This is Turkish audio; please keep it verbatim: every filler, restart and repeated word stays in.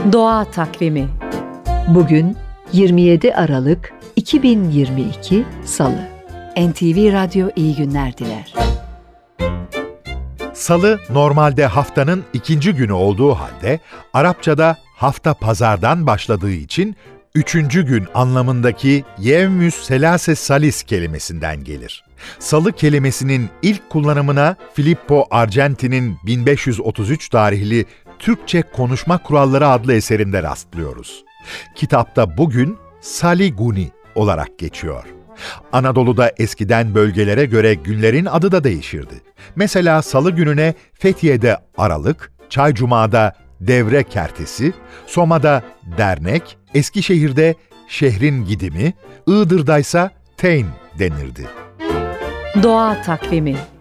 Doğa Takvimi. Bugün yirmi yedi Aralık iki bin yirmi iki Salı. N T V Radyo iyi günler diler. Salı normalde haftanın ikinci günü olduğu halde Arapçada hafta pazardan başladığı için üçüncü gün anlamındaki yevmüs selase salis kelimesinden gelir. Salı kelimesinin ilk kullanımına Filippo Argenti'nin bin beş yüz otuz üç tarihli Türkçe Konuşma Kuralları adlı eserinde rastlıyoruz. Kitapta bugün Saliguni olarak geçiyor. Anadolu'da eskiden bölgelere göre günlerin adı da değişirdi. Mesela Salı gününe Fethiye'de Aralık, Çaycuma'da Devre Kertesi, Soma'da Dernek, Eskişehir'de Şehrin Gidimi, Iğdır'daysa Teyn denirdi. Doğa Takvimi.